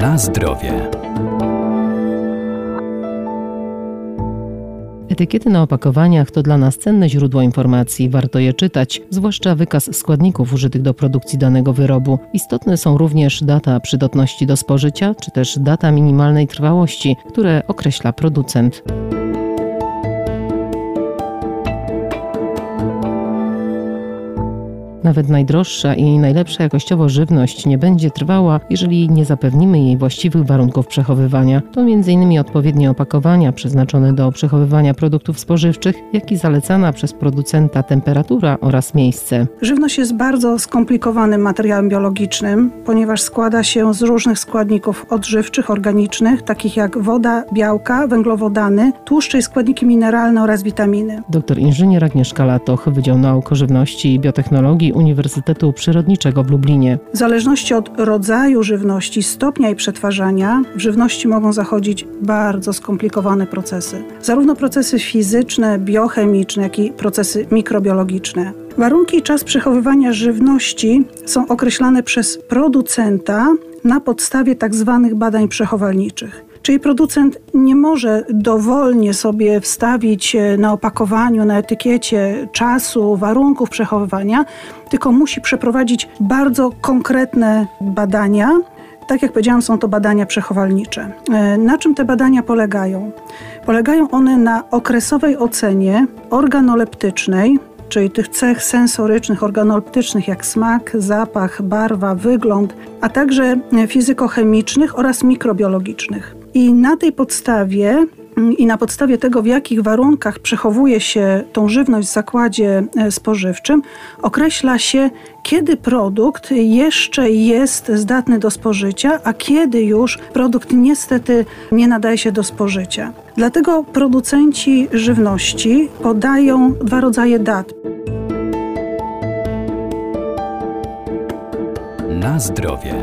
Na zdrowie. Etykiety na opakowaniach to dla nas cenne źródło informacji. Warto je czytać, zwłaszcza wykaz składników użytych do produkcji danego wyrobu. Istotne są również data przydatności do spożycia, czy też data minimalnej trwałości, które określa producent. Nawet najdroższa i najlepsza jakościowo żywność nie będzie trwała, jeżeli nie zapewnimy jej właściwych warunków przechowywania. To m.in. odpowiednie opakowania przeznaczone do przechowywania produktów spożywczych, jak i zalecana przez producenta temperatura oraz miejsce. Żywność jest bardzo skomplikowanym materiałem biologicznym, ponieważ składa się z różnych składników odżywczych, organicznych, takich jak woda, białka, węglowodany, tłuszcze i składniki mineralne oraz witaminy. Dr inżynier Agnieszka Latoch, Wydział Nauk o Żywności i Biotechnologii Uniwersytetu Przyrodniczego w Lublinie. W zależności od rodzaju żywności, stopnia jej przetwarzania, w żywności mogą zachodzić bardzo skomplikowane procesy. Zarówno procesy fizyczne, biochemiczne, jak i procesy mikrobiologiczne. Warunki i czas przechowywania żywności są określane przez producenta na podstawie tzw. badań przechowalniczych. Czyli producent nie może dowolnie sobie wstawić na opakowaniu, na etykiecie czasu, warunków przechowywania, tylko musi przeprowadzić bardzo konkretne badania. Tak jak powiedziałam, są to badania przechowalnicze. Na czym te badania polegają? Polegają one na okresowej ocenie organoleptycznej, czyli tych cech sensorycznych, organoleptycznych jak smak, zapach, barwa, wygląd, a także fizykochemicznych oraz mikrobiologicznych. I na tej podstawie i na podstawie tego, w jakich warunkach przechowuje się tą żywność w zakładzie spożywczym, określa się, kiedy produkt jeszcze jest zdatny do spożycia, a kiedy już produkt niestety nie nadaje się do spożycia. Dlatego producenci żywności podają dwa rodzaje dat. Na zdrowie.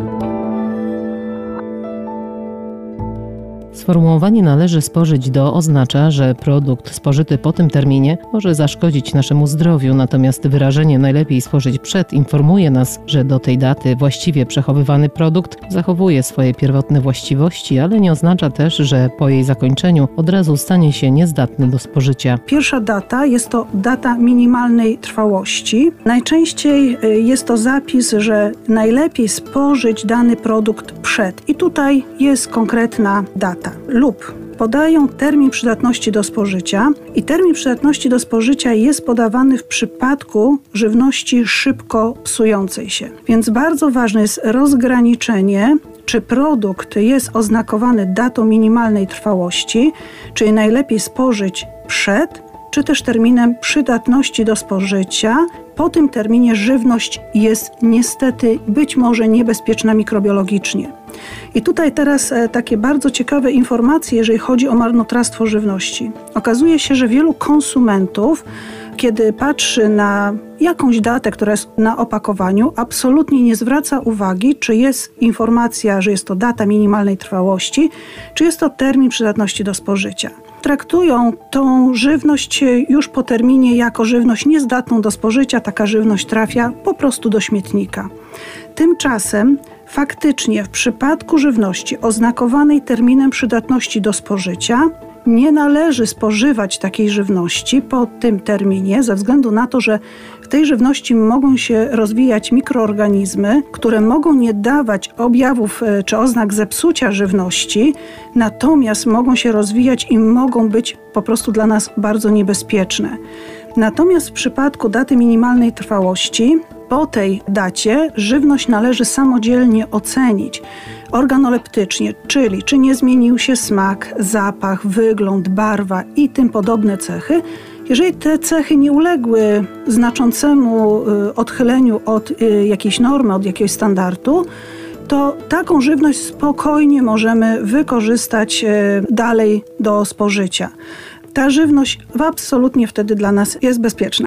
Sformułowanie należy spożyć do oznacza, że produkt spożyty po tym terminie może zaszkodzić naszemu zdrowiu, natomiast wyrażenie najlepiej spożyć przed informuje nas, że do tej daty właściwie przechowywany produkt zachowuje swoje pierwotne właściwości, ale nie oznacza też, że po jej zakończeniu od razu stanie się niezdatny do spożycia. Pierwsza data jest to data minimalnej trwałości. Najczęściej jest to zapis, że najlepiej spożyć dany produkt przed. I tutaj jest konkretna data. Lub podają termin przydatności do spożycia i termin przydatności do spożycia jest podawany w przypadku żywności szybko psującej się. Więc bardzo ważne jest rozgraniczenie, czy produkt jest oznakowany datą minimalnej trwałości, czyli najlepiej spożyć przed, czy też terminem przydatności do spożycia. Po tym terminie żywność jest niestety być może niebezpieczna mikrobiologicznie. I tutaj teraz takie bardzo ciekawe informacje, jeżeli chodzi o marnotrawstwo żywności. Okazuje się, że wielu konsumentów, kiedy patrzy na jakąś datę, która jest na opakowaniu, absolutnie nie zwraca uwagi, czy jest informacja, że jest to data minimalnej trwałości, czy jest to termin przydatności do spożycia. Traktują tą żywność już po terminie jako żywność niezdatną do spożycia. Taka żywność trafia po prostu do śmietnika. Tymczasem faktycznie w przypadku żywności oznakowanej terminem przydatności do spożycia nie należy spożywać takiej żywności po tym terminie ze względu na to, że w tej żywności mogą się rozwijać mikroorganizmy, które mogą nie dawać objawów czy oznak zepsucia żywności, natomiast mogą się rozwijać i mogą być po prostu dla nas bardzo niebezpieczne. Natomiast w przypadku daty minimalnej trwałości, po tej dacie żywność należy samodzielnie ocenić organoleptycznie, czyli czy nie zmienił się smak, zapach, wygląd, barwa i tym podobne cechy. Jeżeli te cechy nie uległy znaczącemu odchyleniu od jakiejś normy, od jakiegoś standardu, to taką żywność spokojnie możemy wykorzystać dalej do spożycia. Ta żywność absolutnie wtedy dla nas jest bezpieczna.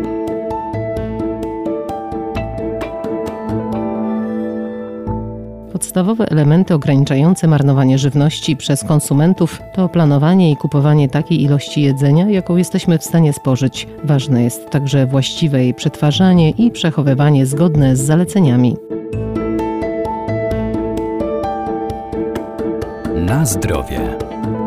Podstawowe elementy ograniczające marnowanie żywności przez konsumentów to planowanie i kupowanie takiej ilości jedzenia, jaką jesteśmy w stanie spożyć. Ważne jest także właściwe jej przetwarzanie i przechowywanie zgodne z zaleceniami. Na zdrowie.